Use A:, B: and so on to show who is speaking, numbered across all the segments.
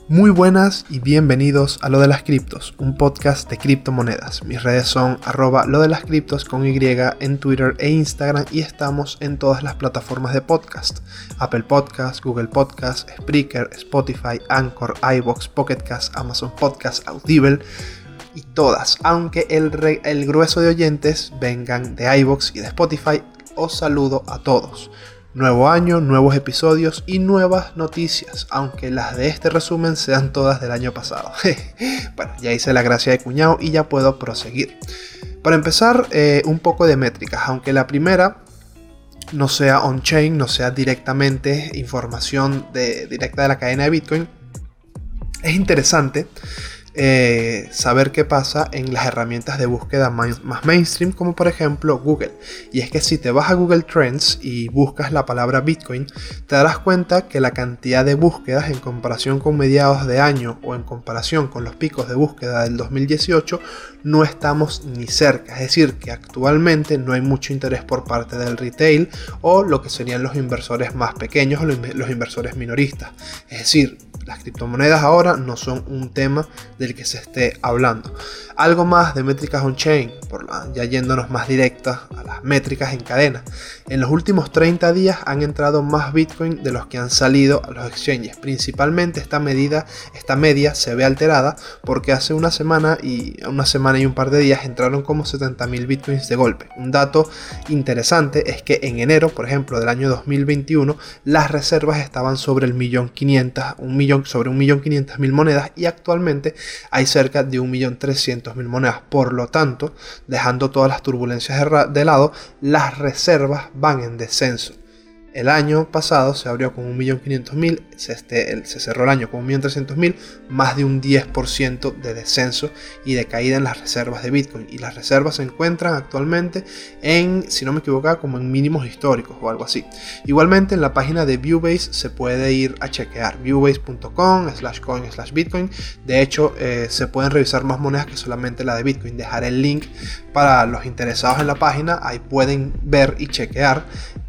A: Muy buenas y bienvenidos a Lo de las Criptos, un podcast de criptomonedas. Mis redes son @lodelascriptos con Y en Twitter e Instagram y estamos en todas las plataformas de podcast: Apple Podcasts, Google Podcasts, Spreaker, Spotify, Anchor, iVoox, Pocket Cast, Amazon Podcasts, Audible y todas. Aunque el grueso de oyentes vengan de iVoox y de Spotify, os saludo a todos. Nuevo año, nuevos episodios y nuevas noticias, aunque las de este resumen sean todas del año pasado. Bueno, ya hice la gracia de cuñado y ya puedo proseguir. Para empezar, un poco de métricas, aunque la primera no sea on-chain, no sea directamente información directa de la cadena de Bitcoin, es interesante saber qué pasa en las herramientas de búsqueda más mainstream, como por ejemplo Google. Y es que si te vas a Google Trends y buscas la palabra Bitcoin, te darás cuenta que la cantidad de búsquedas en comparación con mediados de año o en comparación con los picos de búsqueda del 2018 no estamos ni cerca. Es decir, que actualmente no hay mucho interés por parte del retail o lo que serían los inversores más pequeños o los inversores minoristas. Es decir, las criptomonedas ahora no son un tema del que se esté hablando. Algo más de métricas on-chain, ya yéndonos más directas a las métricas en cadena. En los últimos 30 días han entrado más Bitcoin de los que han salido a los exchanges. Principalmente esta media se ve alterada porque hace una semana y un par de días entraron como 70.000 Bitcoins de golpe. Un dato interesante es que en enero, por ejemplo, del año 2021, las reservas estaban sobre el 1.500.000 monedas y actualmente hay cerca de 1.300.000 monedas. Por lo tanto, dejando todas las turbulencias de lado, las reservas van en descenso. El año pasado se abrió con 1.500.000, se cerró el año con 1.300.000, más de un 10% de descenso y de caída en las reservas de Bitcoin. Y las reservas se encuentran actualmente en, si no me equivoco, como en mínimos históricos o algo así. Igualmente en la página de Viewbase se puede ir a chequear, viewbase.com/coin/bitcoin. De hecho, se pueden revisar más monedas que solamente la de Bitcoin. Dejaré el link para los interesados en la página, ahí pueden ver y chequear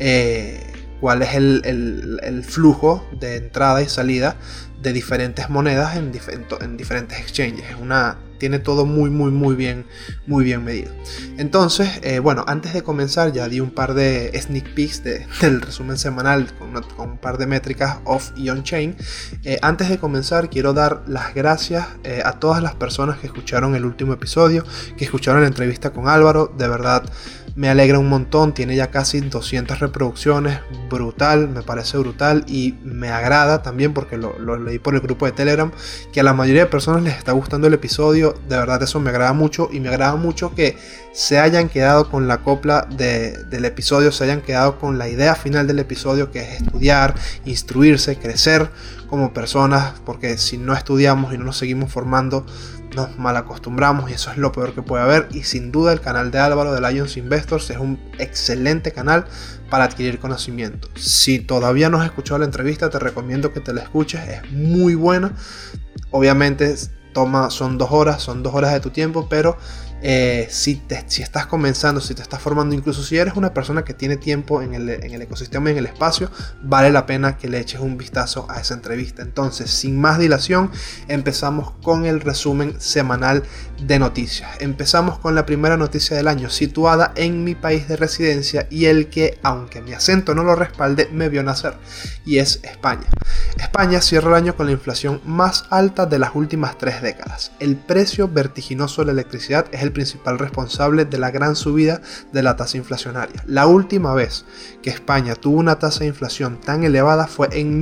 A: cuál es el flujo de entrada y salida de diferentes monedas en diferentes exchanges. Tiene todo muy bien medido. Entonces, bueno, antes de comenzar ya di un par de sneak peeks del resumen semanal con un par de métricas off y on-chain. Antes de comenzar quiero dar las gracias a todas las personas que escucharon el último episodio, que escucharon la entrevista con Álvaro. De verdad me alegra un montón, tiene ya casi 200 reproducciones, brutal, me parece brutal y me agrada también porque lo leí por el grupo de Telegram, que a la mayoría de personas les está gustando el episodio. De verdad eso me agrada mucho y me agrada mucho que se hayan quedado con la copla del episodio, se hayan quedado con la idea final del episodio, que es estudiar, instruirse, crecer como personas, porque si no estudiamos y no nos seguimos formando, nos malacostumbramos y eso es lo peor que puede haber. Y sin duda el canal de Álvaro de Lions Investors es un excelente canal para adquirir conocimiento. Si todavía no has escuchado la entrevista, te recomiendo que te la escuches, es muy buena. Obviamente son 2 horas de tu tiempo, pero si estás comenzando, si te estás formando, incluso si eres una persona que tiene tiempo en el ecosistema y en el espacio, vale la pena que le eches un vistazo a esa entrevista. Entonces, sin más dilación, empezamos con el resumen semanal de noticias. Empezamos con la primera noticia del año, situada en mi país de residencia y el que, aunque mi acento no lo respalde, me vio nacer, y es España. España cierra el año con la inflación más alta de las últimas 3 décadas. El precio vertiginoso de la electricidad es el principal responsable de la gran subida de la tasa inflacionaria. La última vez que España tuvo una tasa de inflación tan elevada fue en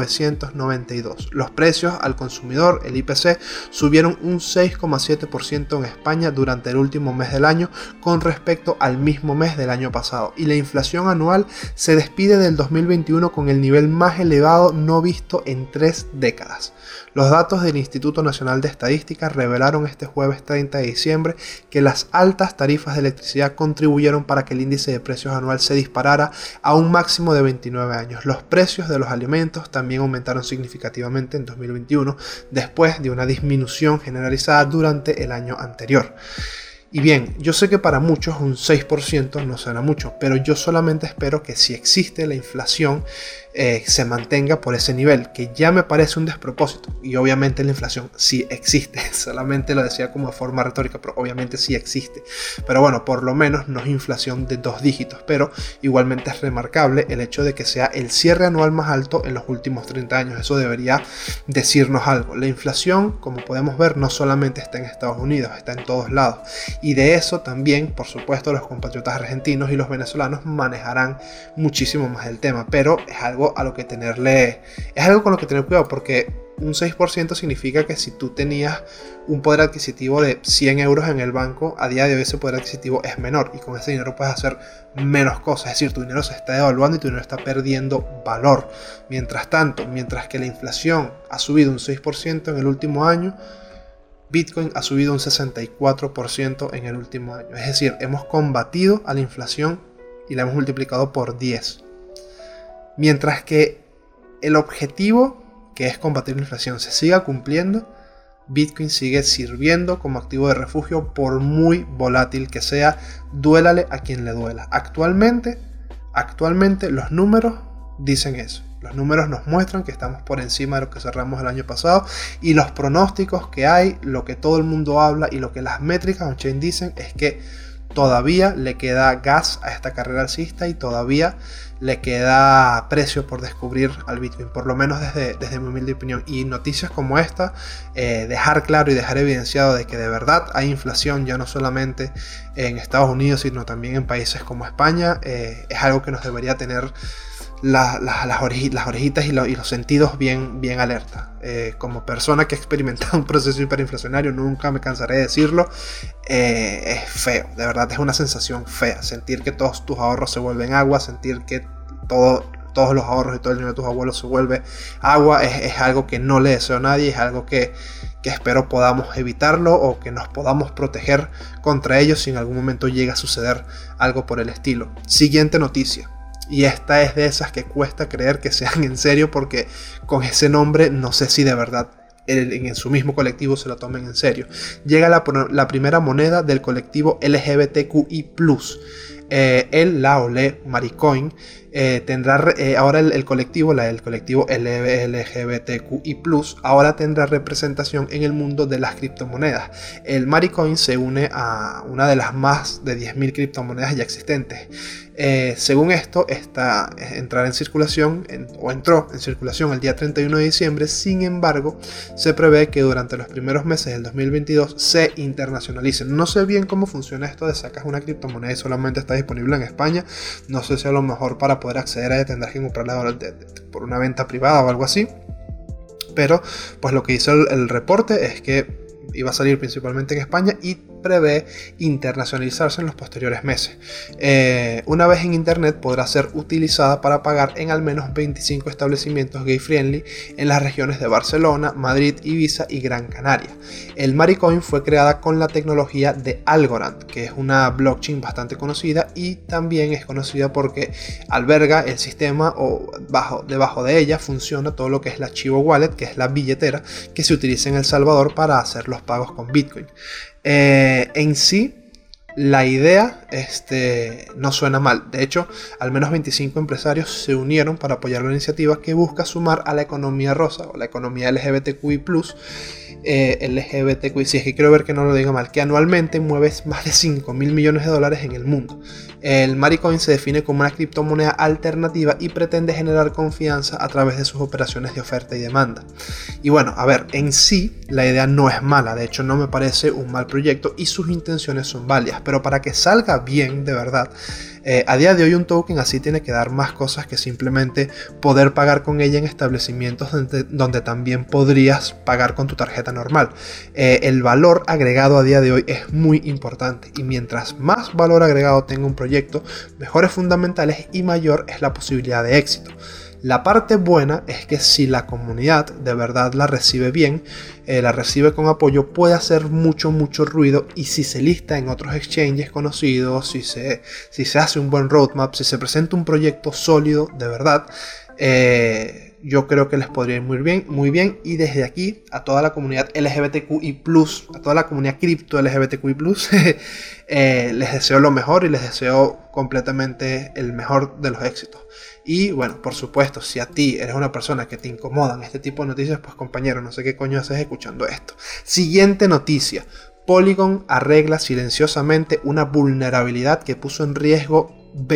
A: 1992. Los precios al consumidor, el IPC, subieron un 6,7% en España durante el último mes del año con respecto al mismo mes del año pasado, y la inflación anual se despide del 2021 con el nivel más elevado no visto en 3 décadas. Los datos del Instituto Nacional de Estadística revelaron este jueves 30 de diciembre que las altas tarifas de electricidad contribuyeron para que el índice de precios anual se disparara a un máximo de 29 años. Los precios de los alimentos también aumentaron significativamente en 2021, después de una disminución generalizada durante el año anterior. Y bien, yo sé que para muchos un 6% no será mucho, pero yo solamente espero que si existe la inflación se mantenga por ese nivel, que ya me parece un despropósito. Y obviamente la inflación sí existe, solamente lo decía como de forma retórica, pero obviamente sí existe. Pero bueno, por lo menos no es inflación de 2 dígitos, pero igualmente es remarcable el hecho de que sea el cierre anual más alto en los últimos 30 años. Eso debería decirnos algo. La inflación, como podemos ver, no solamente está en Estados Unidos, está en todos lados. Y de eso también, por supuesto, los compatriotas argentinos y los venezolanos manejarán muchísimo más el tema, pero es algo con lo que tener cuidado, porque un 6% significa que si tú tenías un poder adquisitivo de 100 euros en el banco, a día de hoy ese poder adquisitivo es menor y con ese dinero puedes hacer menos cosas. Es decir, tu dinero se está devaluando y tu dinero está perdiendo valor. Mientras tanto, mientras que la inflación ha subido un 6% en el último año, Bitcoin ha subido un 64% en el último año. Es decir, hemos combatido a la inflación y la hemos multiplicado por 10. Mientras que el objetivo, que es combatir la inflación, se siga cumpliendo, Bitcoin sigue sirviendo como activo de refugio por muy volátil que sea, duélale a quien le duela. Actualmente los números dicen eso. Los números nos muestran que estamos por encima de lo que cerramos el año pasado, y los pronósticos que hay, lo que todo el mundo habla y lo que las métricas on-chain dicen es que todavía le queda gas a esta carrera alcista y todavía le queda precio por descubrir al Bitcoin, por lo menos desde mi humilde opinión. Y noticias como esta, dejar claro y dejar evidenciado de que de verdad hay inflación, ya no solamente en Estados Unidos, sino también en países como España, es algo que nos debería tener las orejitas y los sentidos bien alerta. Como persona que ha experimentado un proceso hiperinflacionario, nunca me cansaré de decirlo, es feo, de verdad es una sensación fea, sentir que todos tus ahorros se vuelven agua, sentir que todos los ahorros y todo el dinero de tus abuelos se vuelve agua, es algo que no le deseo a nadie, es algo que espero podamos evitarlo o que nos podamos proteger contra ello si en algún momento llega a suceder algo por el estilo. Siguiente noticia. Y esta es de esas que cuesta creer que sean en serio, porque con ese nombre no sé si de verdad en su mismo colectivo se lo tomen en serio. Llega la primera moneda del colectivo LGBTQI+. La Maricoin tendrá ahora el colectivo LGBTQI+, ahora tendrá representación en el mundo de las criptomonedas. El Maricoin se une a una de las más de 10.000 criptomonedas ya existentes. Según esto, entró en circulación el día 31 de diciembre. Sin embargo, se prevé que durante los primeros meses del 2022 se internacionalice. No sé bien cómo funciona esto de sacas una criptomoneda y solamente está disponible en España. No sé si a lo mejor para poder acceder a ella tendrás que comprarla por una venta privada o algo así. Pero pues lo que hizo el reporte es que iba a salir principalmente en España y prevé internacionalizarse en los posteriores meses. Una vez en internet podrá ser utilizada para pagar en al menos 25 establecimientos gay friendly en las regiones de Barcelona, Madrid, Ibiza y Gran Canaria. El Maricoin fue creada con la tecnología de Algorand, que es una blockchain bastante conocida y también es conocida porque alberga el sistema o debajo de ella funciona todo lo que es la Chivo Wallet, que es la billetera que se utiliza en El Salvador para hacer los pagos con Bitcoin. En sí, la idea no suena mal. De hecho, al menos 25 empresarios se unieron para apoyar la iniciativa que busca sumar a la economía rosa o la economía LGBTQI+, LGBTQI, si es que quiero ver que no lo diga mal, que anualmente mueve más de 5.000 millones de dólares en el mundo. El Maricoin se define como una criptomoneda alternativa y pretende generar confianza a través de sus operaciones de oferta y demanda. Y bueno, a ver, en sí la idea no es mala, de hecho no me parece un mal proyecto y sus intenciones son válidas, pero para que salga bien de verdad, a día de hoy un token así tiene que dar más cosas que simplemente poder pagar con ella en establecimientos donde también podrías pagar con tu tarjeta normal. El valor agregado a día de hoy es muy importante y mientras más valor agregado tenga un proyecto, mejores fundamentales y mayor es la posibilidad de éxito. La parte buena es que si la comunidad de verdad la recibe bien, la recibe con apoyo, puede hacer mucho ruido, y si se lista en otros exchanges conocidos, si se hace un buen roadmap, si se presenta un proyecto sólido de verdad, yo creo que les podría ir muy bien. Y desde aquí, a toda la comunidad LGBTQI+, a toda la comunidad cripto LGBTQI+, les deseo lo mejor y les deseo completamente el mejor de los éxitos. Y bueno, por supuesto, si a ti eres una persona que te incomodan este tipo de noticias, pues compañero, no sé qué coño haces escuchando esto. Siguiente noticia. Polygon arregla silenciosamente una vulnerabilidad que puso en riesgo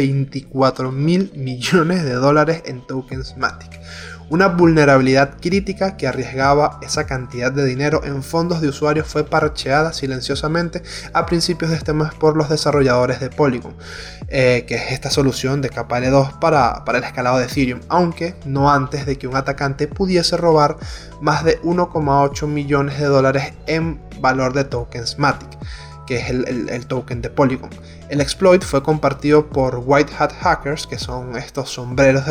A: 24.000 millones de dólares en tokens Matic. Una vulnerabilidad crítica que arriesgaba esa cantidad de dinero en fondos de usuarios fue parcheada silenciosamente a principios de este mes por los desarrolladores de Polygon, que es esta solución de capa L2 para el escalado de Ethereum, aunque no antes de que un atacante pudiese robar más de 1,8 millones de dólares en valor de tokens Matic, que es el token de Polygon. El exploit fue compartido por White Hat Hackers, que son estos sombreros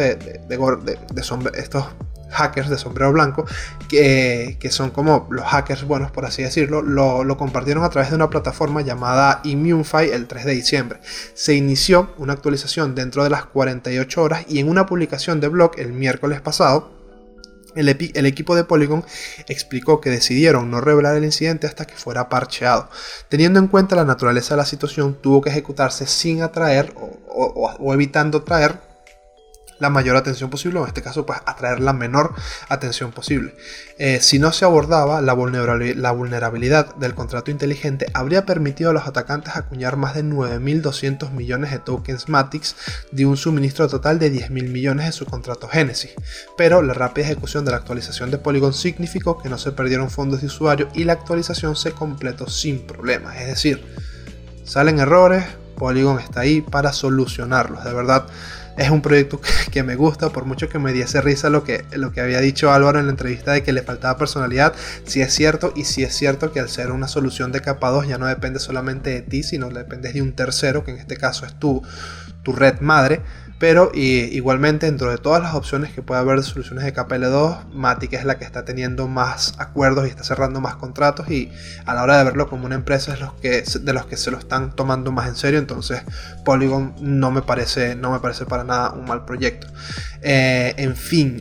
A: estos hackers de sombrero blanco, que son como los hackers buenos, por así decirlo. Lo compartieron a través de una plataforma llamada ImmuneFi el 3 de diciembre. Se inició una actualización dentro de las 48 horas y en una publicación de blog el miércoles pasado, el equipo de Polygon explicó que decidieron no revelar el incidente hasta que fuera parcheado. Teniendo en cuenta la naturaleza de la situación, tuvo que ejecutarse sin atraer o evitando traer la mayor atención posible, o en este caso pues atraer la menor atención posible. Si no se abordaba la vulnerabilidad del contrato inteligente, habría permitido a los atacantes acuñar más de 9.200 millones de tokens Matic de un suministro total de 10.000 millones de su contrato Genesis. Pero la rápida ejecución de la actualización de Polygon significó que no se perdieron fondos de usuario y la actualización se completó sin problemas. Es decir, salen errores, Polygon está ahí para solucionarlos. De verdad, es un proyecto que me gusta, por mucho que me diese risa lo que había dicho Álvaro en la entrevista de que le faltaba personalidad. Sí es cierto, y sí es cierto que al ser una solución de capa 2 ya no depende solamente de ti, sino depende de un tercero, que en este caso es tu red madre. Pero igualmente, dentro de todas las opciones que puede haber de soluciones de capa L2, Matic es la que está teniendo más acuerdos y está cerrando más contratos, y a la hora de verlo como una empresa es de los que se lo están tomando más en serio. Entonces Polygon no me parece para nada un mal proyecto. En fin,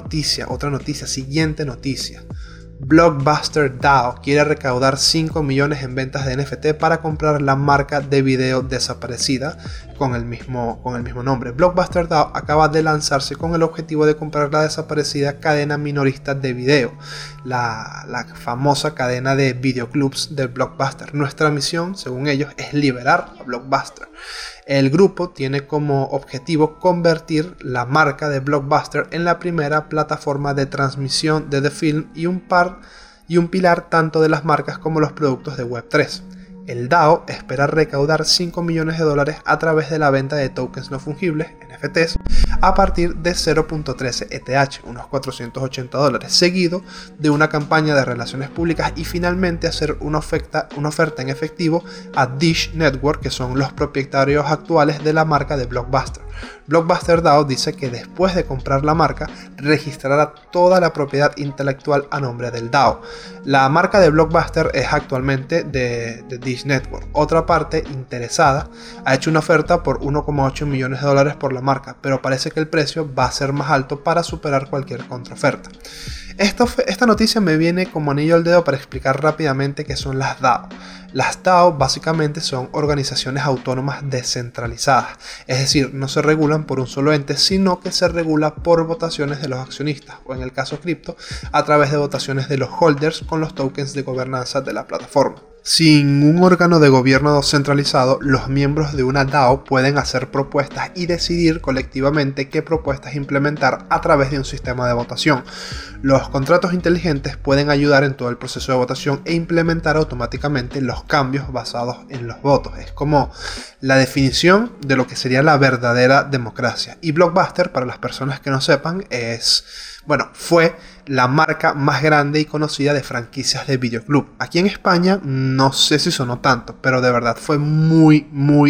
A: siguiente noticia. Blockbuster DAO quiere recaudar 5 millones en ventas de NFT para comprar la marca de video desaparecida con el mismo nombre. Blockbuster DAO acaba de lanzarse con el objetivo de comprar la desaparecida cadena minorista de video, la famosa cadena de videoclubs de Blockbuster. Nuestra misión, según ellos, es liberar a Blockbuster. El grupo tiene como objetivo convertir la marca de Blockbuster en la primera plataforma de transmisión de The Film y un pilar tanto de las marcas como los productos de Web3. El DAO espera recaudar 5 millones de dólares a través de la venta de tokens no fungibles, NFTs, a partir de 0.13 ETH, unos 480 dólares, seguido de una campaña de relaciones públicas y finalmente hacer una oferta en efectivo a Dish Network, que son los propietarios actuales de la marca de Blockbuster. Blockbuster DAO dice que después de comprar la marca, registrará toda la propiedad intelectual a nombre del DAO. La marca de Blockbuster es actualmente de Dish Network. Otra parte interesada ha hecho una oferta por 1,8 millones de dólares por la marca, pero parece que el precio va a ser más alto para superar cualquier contraoferta. Esta noticia me viene como anillo al dedo para explicar rápidamente qué son las DAO. Las DAO básicamente son organizaciones autónomas descentralizadas, es decir, no se regulan por un solo ente, sino que se regula por votaciones de los accionistas, o en el caso cripto, a través de votaciones de los holders con los tokens de gobernanza de la plataforma. Sin un órgano de gobierno centralizado, los miembros de una DAO pueden hacer propuestas y decidir colectivamente qué propuestas implementar a través de un sistema de votación. Los contratos inteligentes pueden ayudar en todo el proceso de votación e implementar automáticamente los cambios basados en los votos. Es como la definición de lo que sería la verdadera democracia. Y Blockbuster, para las personas que no sepan, fue la marca más grande y conocida de franquicias de videoclub. Aquí en España no sé si sonó tanto, pero de verdad fue muy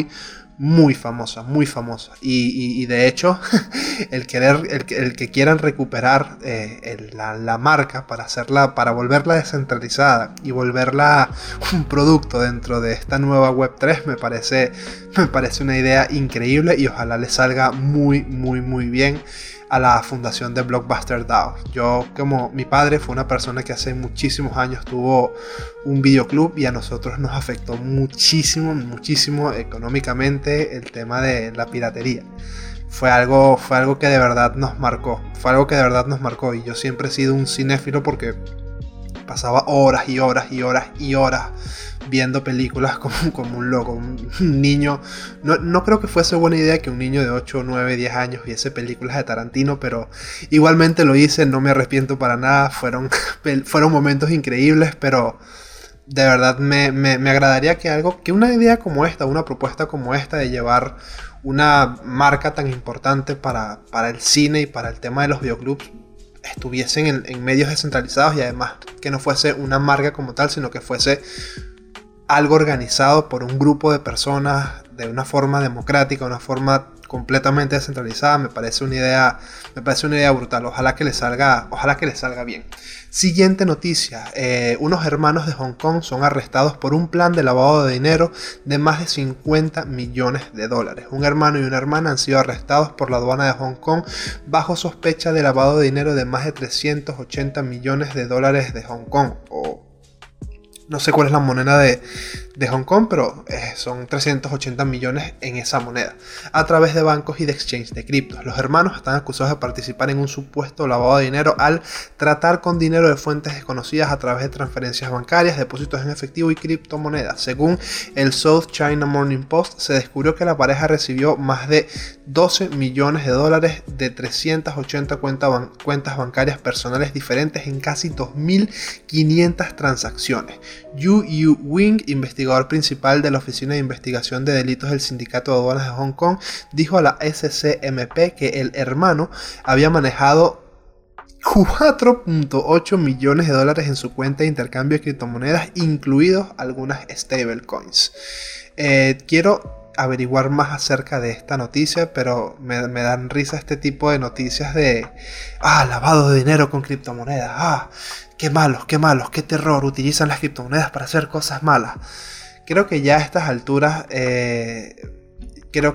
A: famosa, muy famosa. Y de hecho, el que quieran recuperar la marca para volverla descentralizada y volverla un producto dentro de esta nueva Web3 me parece una idea increíble, y ojalá les salga muy bien a la fundación de Blockbuster DAO. Yo, como mi padre fue una persona que hace muchísimos años tuvo un videoclub y a nosotros nos afectó muchísimo económicamente el tema de la piratería. Fue algo que de verdad nos marcó. Y yo siempre he sido un cinéfilo porque pasaba horas viendo películas como un loco. Un niño, no creo que fuese buena idea que un niño de 8, 9, 10 años viese películas de Tarantino, pero igualmente lo hice, no me arrepiento para nada. Fueron momentos increíbles, pero de verdad me agradaría que una idea como esta, una propuesta como esta de llevar una marca tan importante para el cine y para el tema de los videoclubs estuviesen en medios descentralizados, y además que no fuese una marca como tal, sino que fuese algo organizado por un grupo de personas de una forma democrática, una forma completamente descentralizada. Me parece una idea brutal. Ojalá que le salga bien. Siguiente noticia. Unos hermanos de Hong Kong son arrestados por un plan de lavado de dinero de más de 50 millones de dólares. Un hermano y una hermana han sido arrestados por la aduana de Hong Kong bajo sospecha de lavado de dinero de más de 380 millones de dólares de Hong Kong. No sé cuál es la moneda de Hong Kong, pero son 380 millones en esa moneda, a través de bancos y de exchange de criptos. Los hermanos están acusados de participar en un supuesto lavado de dinero al tratar con dinero de fuentes desconocidas a través de transferencias bancarias, depósitos en efectivo y criptomonedas. Según el South China Morning Post, se descubrió que la pareja recibió más de 12 millones de dólares de 380 cuentas bancarias personales diferentes en casi 2.500 transacciones. Yu Wing, investigador principal de la Oficina de Investigación de Delitos del Sindicato de Aduanas de Hong Kong, dijo a la SCMP que el hermano había manejado 4.8 millones de dólares en su cuenta de intercambio de criptomonedas, incluidos algunas stablecoins. Quiero averiguar más acerca de esta noticia, pero me dan risa este tipo de noticias de lavado de dinero con criptomonedas. Qué malos, qué terror, utilizan las criptomonedas para hacer cosas malas. Creo que ya a estas alturas, espero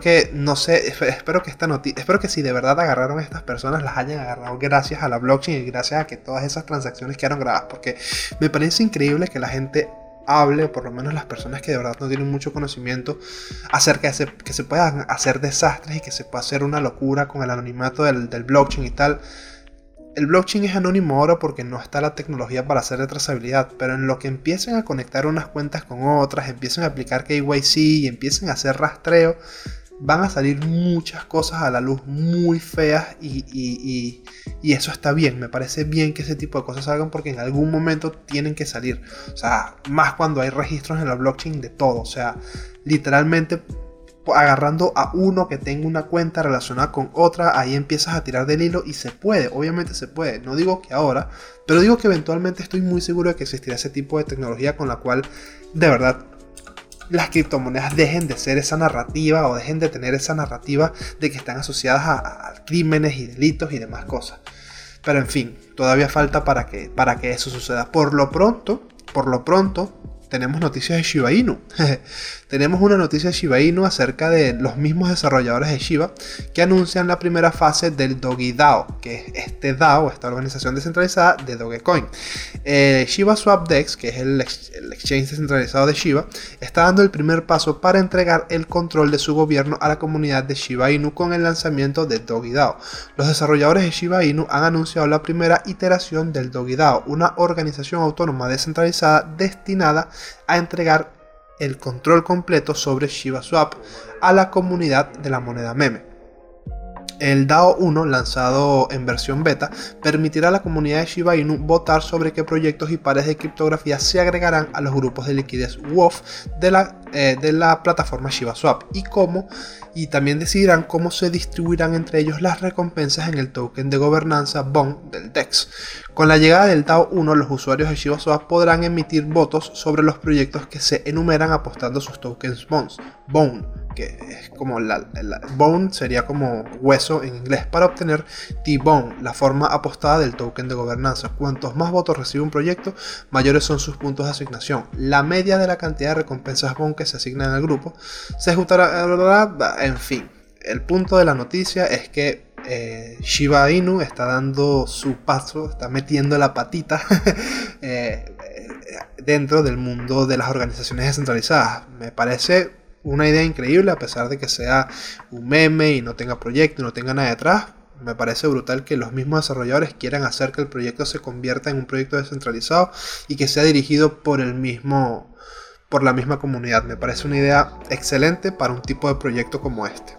A: que si de verdad agarraron a estas personas, las hayan agarrado gracias a la blockchain y gracias a que todas esas transacciones quedaron grabadas, porque me parece increíble que la gente hable, o por lo menos las personas que de verdad no tienen mucho conocimiento acerca de que se puedan hacer desastres y que se pueda hacer una locura con el anonimato del blockchain y tal. El blockchain es anónimo ahora porque no está la tecnología para hacer de trazabilidad, pero en lo que empiecen a conectar unas cuentas con otras, empiecen a aplicar KYC y empiecen a hacer rastreo, van a salir muchas cosas a la luz muy feas y eso está bien. Me parece bien que ese tipo de cosas salgan porque en algún momento tienen que salir. O sea, más cuando hay registros en la blockchain de todo. O sea, literalmente agarrando a uno que tenga una cuenta relacionada con otra, ahí empiezas a tirar del hilo y se puede, obviamente se puede. No digo que ahora, pero digo que eventualmente estoy muy seguro de que existirá ese tipo de tecnología con la cual de verdad las criptomonedas dejen de ser esa narrativa o dejen de tener esa narrativa de que están asociadas a crímenes y delitos y demás cosas. Pero en fin, todavía falta para que eso suceda. Por lo pronto, tenemos noticias de Shiba Inu. Tenemos una noticia de Shiba Inu acerca de los mismos desarrolladores de Shiba que anuncian la primera fase del Doge DAO, que es este DAO, esta organización descentralizada de Dogecoin. Shiba Swap DEX, que es el exchange descentralizado de Shiba, está dando el primer paso para entregar el control de su gobierno a la comunidad de Shiba Inu con el lanzamiento de Doge DAO. Los desarrolladores de Shiba Inu han anunciado la primera iteración del Doge DAO, una organización autónoma descentralizada destinada a entregar el control completo sobre ShibaSwap a la comunidad de la moneda meme. El DAO 1, lanzado en versión beta, permitirá a la comunidad de Shiba Inu votar sobre qué proyectos y pares de criptografía se agregarán a los grupos de liquidez WOF de la plataforma ShibaSwap y también decidirán cómo se distribuirán entre ellos las recompensas en el token de gobernanza BON del DEX. Con la llegada del DAO 1, los usuarios de ShibaSwap podrán emitir votos sobre los proyectos que se enumeran apostando sus tokens BON, que es como bone sería como hueso en inglés, para obtener T-Bone, la forma apostada del token de gobernanza. Cuantos más votos recibe un proyecto, mayores son sus puntos de asignación. La media de la cantidad de recompensas Bone que se asignan al grupo se ejecutará. En fin, el punto de la noticia es que Shiba Inu está dando su paso, está metiendo la patita dentro del mundo de las organizaciones descentralizadas. Me parece una idea increíble, a pesar de que sea un meme y no tenga proyecto, no tenga nada detrás. Me parece brutal que los mismos desarrolladores quieran hacer que el proyecto se convierta en un proyecto descentralizado y que sea dirigido por la misma comunidad. Me parece una idea excelente para un tipo de proyecto como este.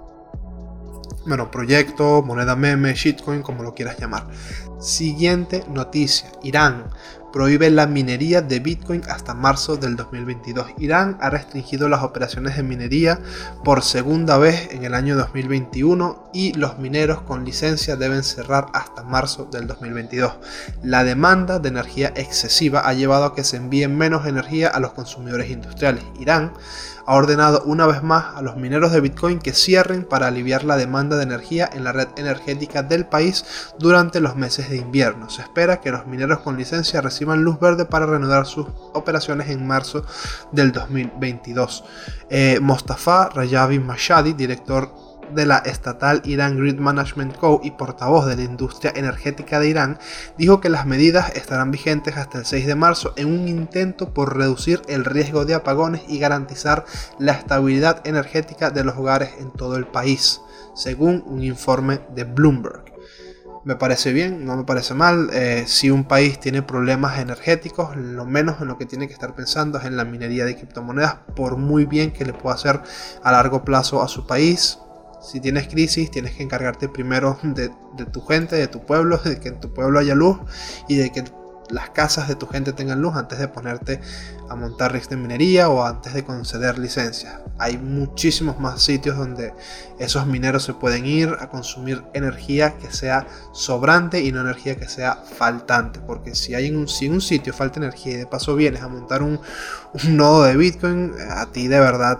A: Bueno, proyecto, moneda meme, shitcoin, como lo quieras llamar. Siguiente noticia. Irán prohíbe la minería de Bitcoin hasta marzo del 2022. Irán ha restringido las operaciones de minería por segunda vez en el año 2021 y los mineros con licencia deben cerrar hasta marzo del 2022. La demanda de energía excesiva ha llevado a que se envíe menos energía a los consumidores industriales. Irán ha ordenado una vez más a los mineros de Bitcoin que cierren para aliviar la demanda de energía en la red energética del país durante los meses de invierno. Se espera que los mineros con licencia reciban luz verde para reanudar sus operaciones en marzo del 2022. Mostafa Rajavi Mashhadi, director de la estatal Iran Grid Management Co. y portavoz de la industria energética de Irán, dijo que las medidas estarán vigentes hasta el 6 de marzo en un intento por reducir el riesgo de apagones y garantizar la estabilidad energética de los hogares en todo el país, según un informe de Bloomberg. Me parece bien, no me parece mal. Si un país tiene problemas energéticos, lo menos en lo que tiene que estar pensando es en la minería de criptomonedas, por muy bien que le pueda hacer a largo plazo a su país. Si tienes crisis, tienes que encargarte primero de tu gente, de tu pueblo, de que en tu pueblo haya luz y de que las casas de tu gente tengan luz antes de ponerte a montar rigs de minería o antes de conceder licencias. Hay muchísimos más sitios donde esos mineros se pueden ir a consumir energía que sea sobrante y no energía que sea faltante, porque si en un sitio falta energía y de paso vienes a montar un nodo de Bitcoin, a ti de verdad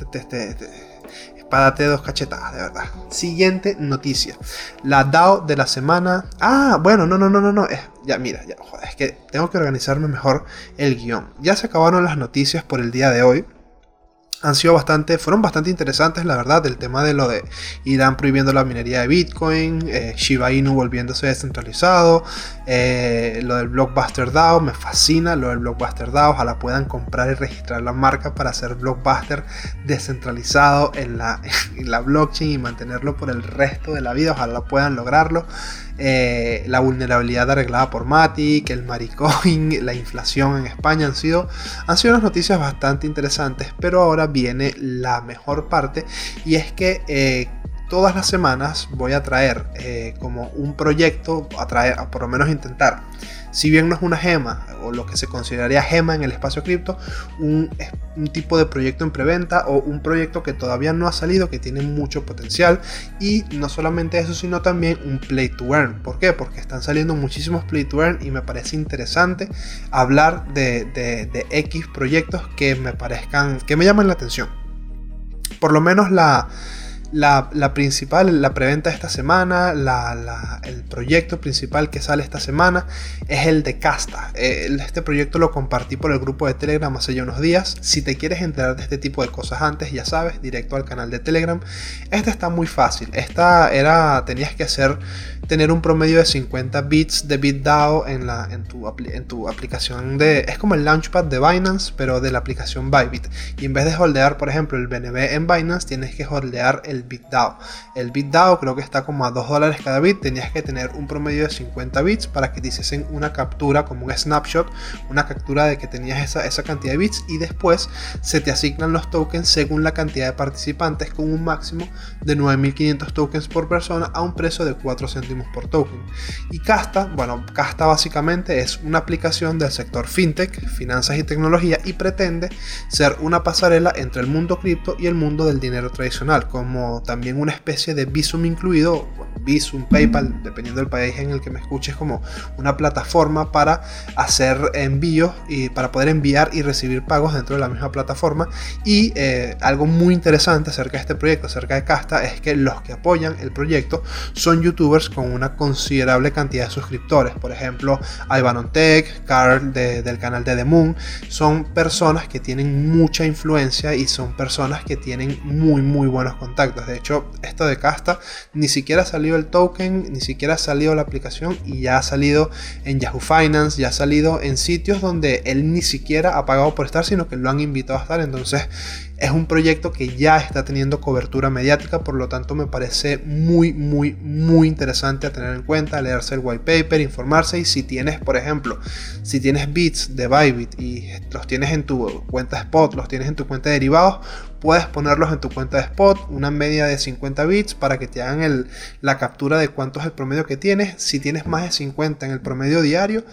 A: date dos cachetadas, de verdad. Siguiente noticia. La DAO de la semana. Bueno, no. Ya, mira, joder, es que tengo que organizarme mejor el guión. Ya se acabaron las noticias por el día de hoy. Fueron bastante interesantes, la verdad, el tema de lo de Irán prohibiendo la minería de Bitcoin, Shiba Inu volviéndose descentralizado, lo del Blockbuster DAO, me fascina lo del Blockbuster DAO, ojalá puedan comprar y registrar la marca para hacer Blockbuster descentralizado en la blockchain y mantenerlo por el resto de la vida, ojalá puedan lograrlo. La vulnerabilidad arreglada por Matic, el Maricoin, la inflación en España han sido unas noticias bastante interesantes, pero ahora viene la mejor parte y es que todas las semanas voy a traer como un proyecto, a por lo menos intentar, si bien no es una gema o lo que se consideraría gema en el espacio cripto, un tipo de proyecto en preventa o un proyecto que todavía no ha salido, que tiene mucho potencial. Y no solamente eso, sino también un play to earn. ¿Por qué? Porque están saliendo muchísimos play to earn y me parece interesante hablar de X proyectos que me parezcan, que me llaman la atención. Por lo menos la principal, la preventa de esta semana, el proyecto principal que sale esta semana es el de Casta. Este proyecto lo compartí por el grupo de Telegram hace ya unos días. Si te quieres enterar de este tipo de cosas antes, ya sabes, directo al canal de Telegram. Esta está muy fácil. Tenías que tener un promedio de 50 bits de BitDAO en tu aplicación es como el Launchpad de Binance, pero de la aplicación Bybit. Y en vez de holdear, por ejemplo, el BNB en Binance, tienes que holdear el BitDAO. El BitDAO creo que está como a $2 cada bit. Tenías que tener un promedio de 50 bits para que te hiciesen una captura, como un snapshot, una captura de que tenías esa cantidad de bits, y después se te asignan los tokens según la cantidad de participantes, con un máximo de 9.500 tokens por persona a un precio de 4 céntimos por token. Y Casta básicamente es una aplicación del sector fintech, finanzas y tecnología, y pretende ser una pasarela entre el mundo cripto y el mundo del dinero tradicional, como también una especie de Bizum incluido, Bizum, PayPal, dependiendo del país en el que me escuches, como una plataforma para hacer envíos y para poder enviar y recibir pagos dentro de la misma plataforma. Y algo muy interesante acerca de este proyecto, acerca de Casta, es que los que apoyan el proyecto son youtubers con una considerable cantidad de suscriptores. Por ejemplo, Ivan Tech, Carl del canal de The Moon, son personas que tienen mucha influencia y son personas que tienen muy buenos contactos. abiertas. De hecho, esto de Casta ni siquiera ha salido el token, ni siquiera ha salido la aplicación y ya ha salido en Yahoo Finance, ya ha salido en sitios donde él ni siquiera ha pagado por estar, sino que lo han invitado a estar. Entonces es un proyecto que ya está teniendo cobertura mediática, por lo tanto me parece muy interesante a tener en cuenta, leerse el white paper, informarse. Y si tienes, por ejemplo, si tienes bits de Bybit y los tienes en tu cuenta Spot, los tienes en tu cuenta de derivados, puedes ponerlos en tu cuenta de Spot, una media de 50 bits para que te hagan la captura de cuánto es el promedio que tienes. Si tienes más de 50 en el promedio diario,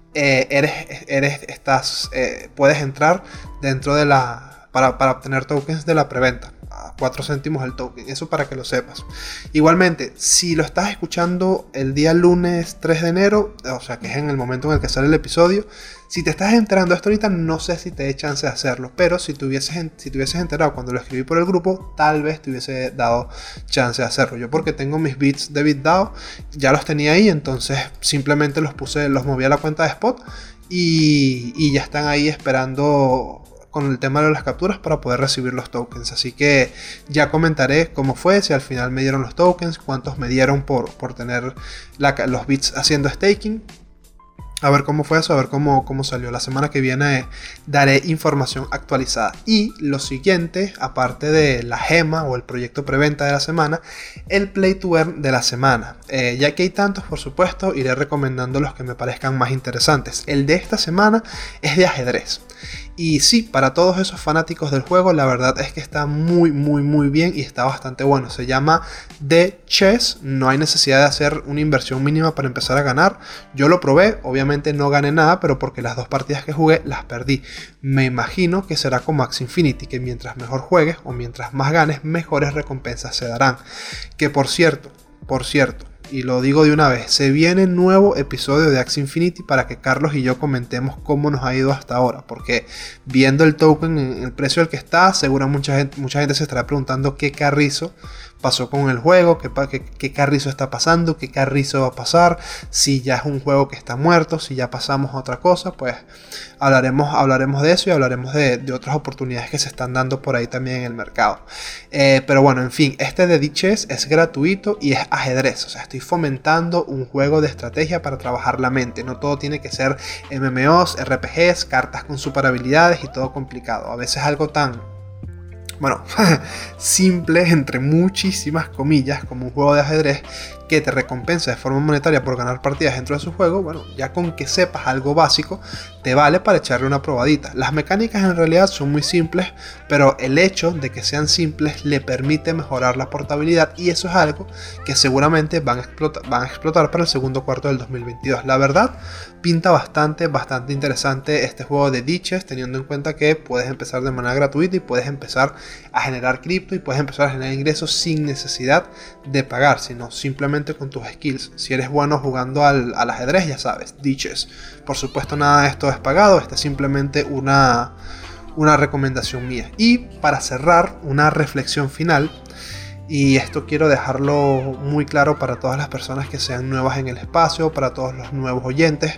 A: puedes entrar dentro de para obtener tokens de la preventa a 4 céntimos el token. Eso para que lo sepas. Igualmente, si lo estás escuchando el día lunes 3 de enero, o sea que es en el momento en el que sale el episodio, si te estás enterando de esto ahorita, no sé si te dé chance de hacerlo, pero si te hubieses enterado cuando lo escribí por el grupo, tal vez te hubiese dado chance de hacerlo. Yo, porque tengo mis bits de BitDAO, ya los tenía ahí, entonces simplemente los moví a la cuenta de Spot y ya están ahí esperando con el tema de las capturas para poder recibir los tokens. Así que ya comentaré cómo fue, si al final me dieron los tokens, cuántos me dieron por tener los bits haciendo staking. A ver cómo fue eso, a ver cómo salió. La semana que viene daré información actualizada. Y lo siguiente, aparte de la gema o el proyecto preventa de la semana, el play to earn de la semana. Ya que hay tantos, por supuesto, iré recomendando los que me parezcan más interesantes. El de esta semana es de ajedrez. Y sí, para todos esos fanáticos del juego, la verdad es que está muy bien y está bastante bueno. Se llama The Chess. No hay necesidad de hacer una inversión mínima para empezar a ganar. Yo lo probé, obviamente no gané nada, pero porque las 2 partidas que jugué las perdí. Me imagino que será como Axie Infinity, que mientras mejor juegues o mientras más ganes, mejores recompensas se darán. Que por cierto, y lo digo de una vez, se viene nuevo episodio de Axie Infinity para que Carlos y yo comentemos cómo nos ha ido hasta ahora, porque viendo el token en el precio al que está, seguro mucha gente se estará preguntando qué carrizo pasó con el juego, qué carrizo está pasando, qué carrizo va a pasar, si ya es un juego que está muerto, si ya pasamos a otra cosa. Pues hablaremos de eso y hablaremos de otras oportunidades que se están dando por ahí también en el mercado. Pero bueno, en fin, este de The Chess es gratuito y es ajedrez, o sea, estoy fomentando un juego de estrategia para trabajar la mente. No todo tiene que ser MMOs, RPGs, cartas con super habilidades y todo complicado. A veces algo tan simple, entre muchísimas comillas, como un juego de ajedrez que te recompensa de forma monetaria por ganar partidas dentro de su juego. Bueno, ya con que sepas algo básico te vale para echarle una probadita. Las mecánicas en realidad son muy simples, pero el hecho de que sean simples le permite mejorar la portabilidad, y eso es algo que seguramente van a explotar para el segundo cuarto del 2022. La verdad, pinta bastante interesante este juego de The Chess, teniendo en cuenta que puedes empezar de manera gratuita y puedes empezar a generar cripto y puedes empezar a generar ingresos sin necesidad de pagar, sino simplemente con tus skills. Si eres bueno jugando al ajedrez, ya sabes, The Chess. Por supuesto, nada de esto es pagado, esta es simplemente una recomendación mía. Y para cerrar, una reflexión final, y esto quiero dejarlo muy claro para todas las personas que sean nuevas en el espacio, para todos los nuevos oyentes.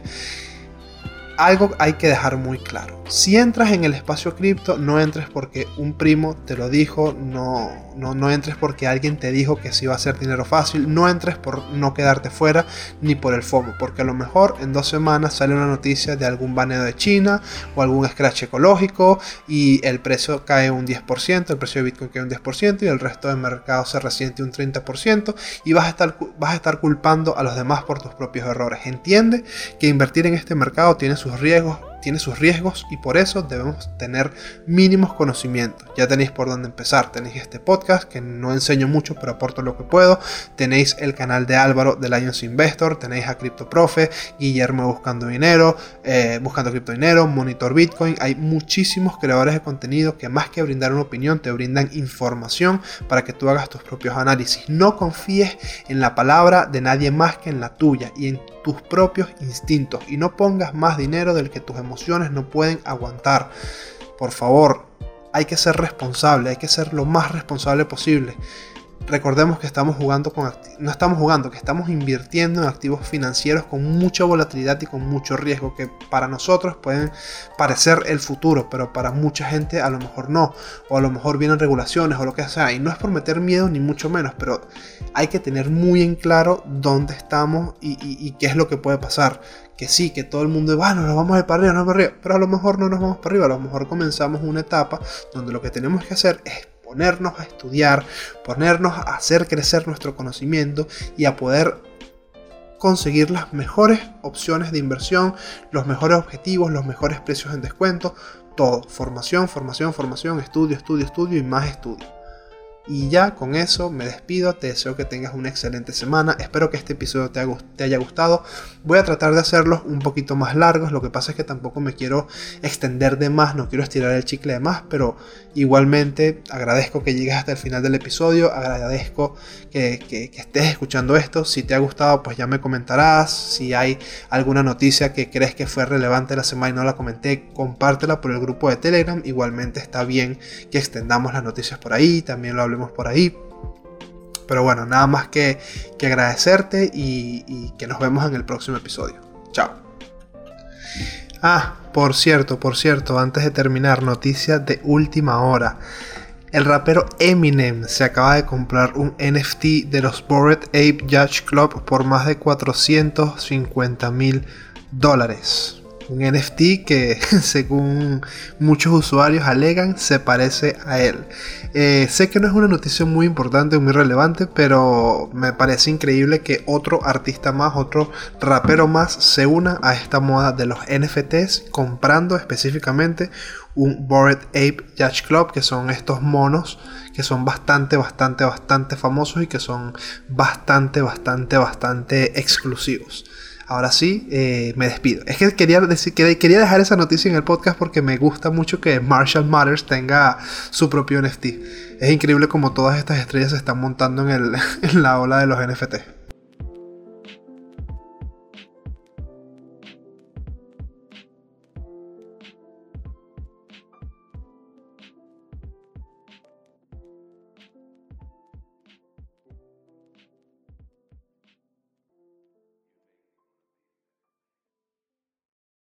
A: Algo hay que dejar muy claro: si entras en el espacio cripto, no entres porque un primo te lo dijo, no entres porque alguien te dijo que sí va a ser dinero fácil, no entres por no quedarte fuera, ni por el FOMO, porque a lo mejor en 2 semanas sale una noticia de algún baneo de China o algún scratch ecológico y el precio cae un 10%, el precio de Bitcoin cae un 10% y el resto del mercado se resiente un 30%, y vas a estar culpando a los demás por tus propios errores. Entiende que invertir en este mercado tiene sus riesgos y por eso debemos tener mínimos conocimientos. Ya tenéis por dónde empezar. Tenéis este podcast que no enseño mucho, pero aporto lo que puedo. Tenéis el canal de Álvaro de Lions Investor. Tenéis a CryptoProfe, Guillermo Buscando Cripto Dinero, Monitor Bitcoin. Hay muchísimos creadores de contenido que, más que brindar una opinión, te brindan información para que tú hagas tus propios análisis. No confíes en la palabra de nadie más que en la tuya y en tus propios instintos, y no pongas más dinero del que tus emociones no pueden aguantar. Por favor, hay que ser responsable, hay que ser lo más responsable posible. recordemos que no estamos jugando, que estamos invirtiendo en activos financieros con mucha volatilidad y con mucho riesgo, que para nosotros pueden parecer el futuro, pero para mucha gente a lo mejor no, o a lo mejor vienen regulaciones o lo que sea, y no es por meter miedo ni mucho menos, pero hay que tener muy en claro dónde estamos y qué es lo que puede pasar. Que sí, que todo el mundo va, nos vamos a ir para arriba, no para arriba, pero a lo mejor no nos vamos para arriba, a lo mejor comenzamos una etapa donde lo que tenemos que hacer es ponernos a estudiar, ponernos a hacer crecer nuestro conocimiento y a poder conseguir las mejores opciones de inversión, los mejores objetivos, los mejores precios en descuento, todo, formación, estudio y más estudio. Y ya con eso me despido, te deseo que tengas una excelente semana, espero que este episodio te haya gustado. Voy a tratar de hacerlos un poquito más largos, lo que pasa es que tampoco me quiero extender de más, no quiero estirar el chicle de más, pero igualmente agradezco que llegues hasta el final del episodio, agradezco que estés escuchando esto. Si te ha gustado, pues ya me comentarás. Si hay alguna noticia que crees que fue relevante la semana y no la comenté, compártela por el grupo de Telegram. Igualmente está bien que extendamos las noticias por ahí, también lo hablemos por ahí. Pero bueno, nada más que agradecerte y que nos vemos en el próximo episodio. Chao. Por cierto, antes de terminar, noticia de última hora. El rapero Eminem se acaba de comprar un NFT de los Bored Ape Yacht Club por más de $450,000. Un NFT que, según muchos usuarios alegan, se parece a él. Sé que no es una noticia muy importante, muy relevante, pero me parece increíble que otro artista más, otro rapero más se una a esta moda de los NFTs, comprando específicamente un Bored Ape Yacht Club, que son estos monos que son bastante famosos y que son bastante exclusivos. Ahora sí, me despido. Es que quería dejar esa noticia en el podcast porque me gusta mucho que Marshall Mathers tenga su propio NFT. Es increíble como todas estas estrellas se están montando en la ola de los NFT.